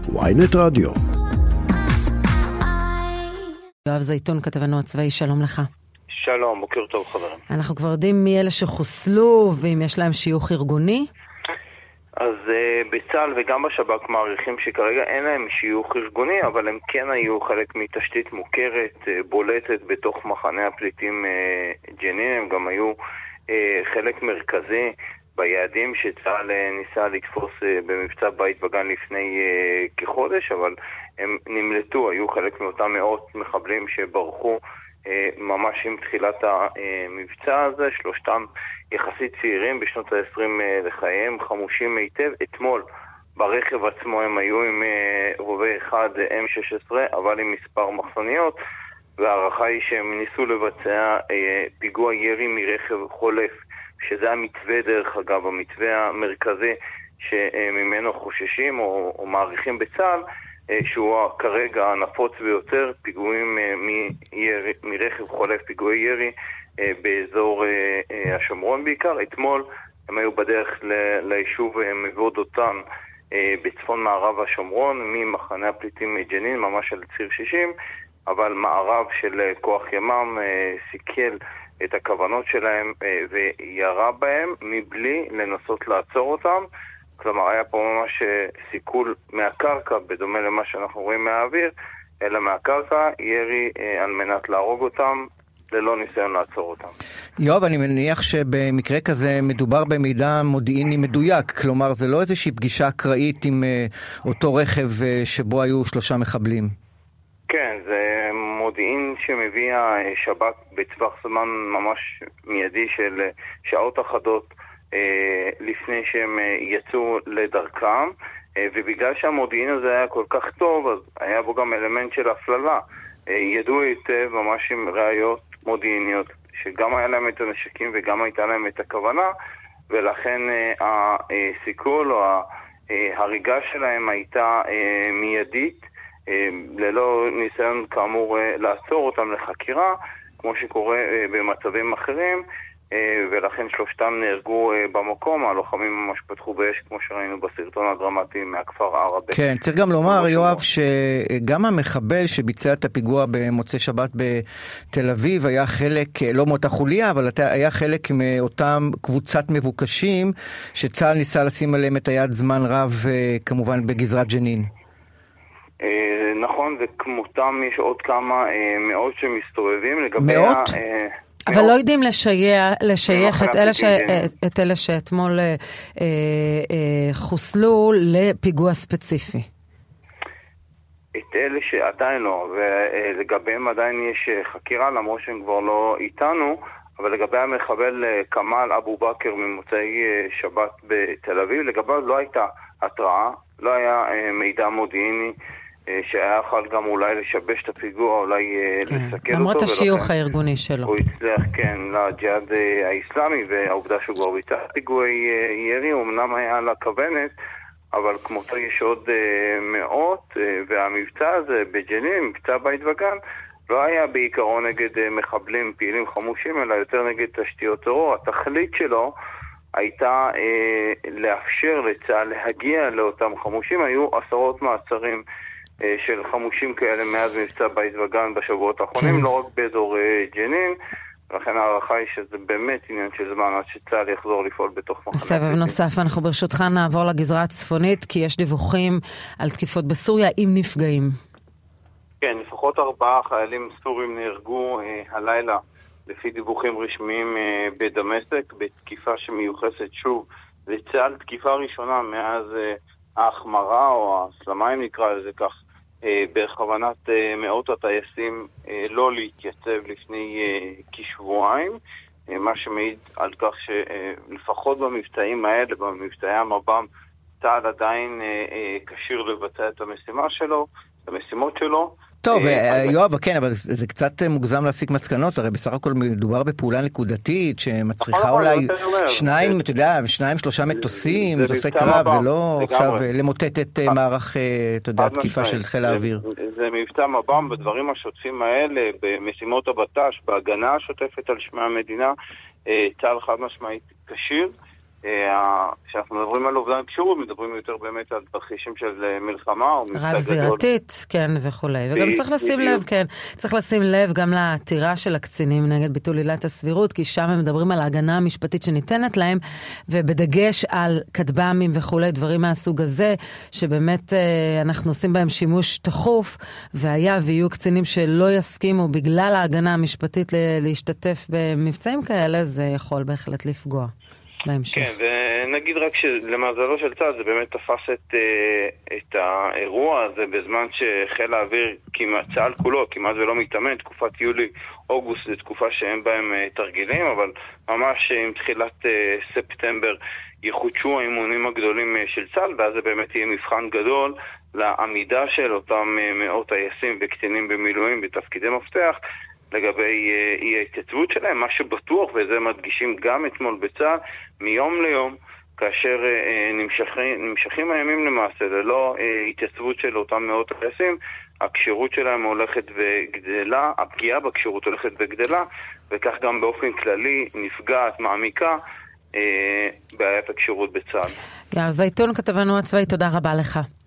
ynet רדיו. יואב זייתון, כתבנו הצבאי, שלום לך. שלום, בוקר טוב חברים. אנחנו כבר יודעים מי אלה שחוסלו ואם יש להם שיוך ארגוני? אז בצה"ל וגם בשב"כ מעריכים שכרגע אין להם שיוך ארגוני, אבל הם כן היו חלק מתשתית מוכרת, בולטת בתוך מחנה הפליטים ג'נין. הם גם היו חלק מרכזי ביעדים שצה"ל ניסה לתפוס במבצע בית וגן לפני כחודש, אבל הם נמלטו, היו חלק מאותם מאות מחבלים שברחו ממש עם תחילת המבצע הזה. שלושתם יחסית צעירים בשנות ה-20 לחייהם, חמושים היטב. אתמול ברכב עצמו הם היו עם רובה אחד M16, אבל עם מספר מחסניות, והערכה היא שהם ניסו לבצע פיגוע ירי מרכב חולף, שזה המתווה דרך אגב, המתווה המרכזי שממנו חוששים או מעריכים בצה"ל, שהוא כרגע הנפוץ ביותר, פיגועים מרכב חולף, פיגועי ירי באזור השומרון בעיקר. אתמול הם היו בדרך ליישוב מבוא דותן בצפון מערב השומרון, ממחנה הפליטים ג'נין, ממש על ציר 60, אבל מערב של כוח ימ"מ סיכל את הכוונות שלהם וירה בהם מבלי לנסות לעצור אותם. כלומר, היה פה ממש סיכול מהקרקע, בדומה למה שאנחנו רואים מהאוויר, אלא מהקרקע, ירי על מנת להרוג אותם, ללא ניסיון לעצור אותם. יואב, אני מניח שבמקרה כזה מדובר במידע מודיעיני מדויק, כלומר, זה לא איזושהי פגישה אקראית עם אותו רכב שבו היו 3 מחבלים. כן, זה מודיעין שמביא השב"כ בטווח זמן ממש מיידי של שעות אחדות, לפני שהם יצאו לדרכם, ובגלל שהמודיעין הזה היה כל כך טוב, אז היה בו גם אלמנט של הפללה. ידעו היטב ממש עם ראיות מודיעיניות, שגם היה להם את הנשקים וגם הייתה להם את הכוונה, ולכן הסיכול או ההריגה שלהם הייתה מיידית, ללא ניסיון כאמור לעצור אותם לחקירה, כמו שקורה במצבים אחרים, ולכן שלושתם נהרגו במקום. הלוחמים ממש פתחו באש, כמו שראינו בסרטון הדרמטי מהכפר ערבה. כן, צריך גם לומר, יואב, שגם המחבל שביצע את הפיגוע במוצאי שבת בתל אביב היה חלק, לא מאותה חוליה, אבל היה חלק מאותם קבוצת מבוקשים שצה"ל ניסה לשים עליהם את היד זמן רב, כמובן בגזרת ג'נין. נכון, וכמותם יש עוד כמה מאות שמסתובבים. מאות? אבל לא יודעים לשייך את אלה שאתמול חוסלו לפיגוע ספציפי. את אלה שעדיין לא, ולגביהם עדיין יש חקירה, למרות שהם כבר לא איתנו, אבל לגבי המחבל כמאל אבו בכר ממוצאי שבת בתל אביב, לגביו לא הייתה התראה, לא היה מידע מודיעיני שהיה יכול גם אולי לשבש את הפיגוע, אולי לסכל אותו. למרות השיוך הארגוני שלו. הוא הצליח, כן, לג'יהאד האסלאמי, והעובדה שהוא כבר ביצע פיגועי ירי, אמנם היה על הכוונת, אבל כמותו יש עוד מאות, והמבצע הזה בג'נין, מבצע בית וגן, לא היה בעיקרון נגד מחבלים פעילים חמושים, אלא יותר נגד תשתיות טרור. התכלית שלו הייתה לאפשר לצה"ל להגיע לאותם חמושים. היו עשרות מעצרים של חמושים כאלה מאז מבצע בית וגן בשבועות האחרונים, לא רק באזור ג'נין, ולכן הערכה היא שזה באמת עניין של זמן עד שצה"ל יחזור לפעול בתוך מחנה. סבב נוסף, אנחנו ברשותך נעבור לגזרה הצפונית, כי יש דיווחים על תקיפות בסוריה עם נפגעים. כן, לפחות 4 חיילים סורים נהרגו הלילה, לפי דיווחים רשמיים בדמשק, בתקיפה שמיוחסת שוב לצה"ל, תקיפה ראשונה מאז ההחמרה או ההסלמה, אם נקרא לזה כך, בכוונת מאות הטייסים לא להתייצב לפני כשבועיים, מה שמעיד על כך שלפחות במבצעים האלה, במבצעי המב"ם, צה"ל עדיין כשיר לבצע את המשימות שלו. טוב, יואב, כן, אבל זה קצת מוגזם להסיק מסקנות, הרי בסך הכל מדובר בפעולה נקודתית שמצריכה אולי 2-3 מטוסים, מטוסי קרב, זה לא עכשיו למוטט את מערך, אתה יודע, תקיפה של חיל האוויר. זה מבצע מב"ם בדברים השוטפים האלה, במשימות הבט"ש, בהגנה השוטפת על שמי המדינה, צה"ל חד משמעית כשיר, כשאנחנו מדברים על אובדן כשירות, מדברים יותר באמת על תרחישים של מלחמה או מבצע גדול. רב זירתית, כן, וכולי. וגם צריך לשים לב, כן, צריך לשים לב גם לעתירה של הקצינים נגד ביטול עילת הסבירות, כי שם הם מדברים על ההגנה המשפטית שניתנת להם, ובדגש על כטב"מים וכולי, דברים מהסוג הזה, שבאמת אנחנו עושים בהם שימוש תכוף, והיה ויהיו קצינים שלא יסכימו בגלל ההגנה המשפטית להשתתף במבצעים כאלה, זה יכול בהחלט לפגוע. כן, ונגיד רק שלמזלו של צה"ל זה באמת תפס את האירוע הזה בזמן שחיל האוויר, צה"ל כולו כמעט ולא מתאמן, תקופת יולי-אוגוסט זה תקופה שאין בהם תרגילים, אבל ממש עם תחילת ספטמבר יחודשו האימונים הגדולים של צה"ל, ואז זה באמת יהיה מבחן גדול לעמידה של אותם מאות טייסים וקצינים במילואים בתפקידי מפתח, לגבי אי ההתייצבות שלהם. מה שבטוח, וזה מדגישים גם אתמול בצה"ל, מיום ליום, כאשר נמשכים הימים למעשה, ללא התייצבות של אותם מאות טייסים, הקשירות שלהם הולכת וגדלה, הפגיעה בקשירות הולכת וגדלה, וכך גם באופן כללי נפגעת, מעמיקה, בעיית הקשירות בצה"ל. זייתון, כתבנו הצבאי, תודה רבה לך.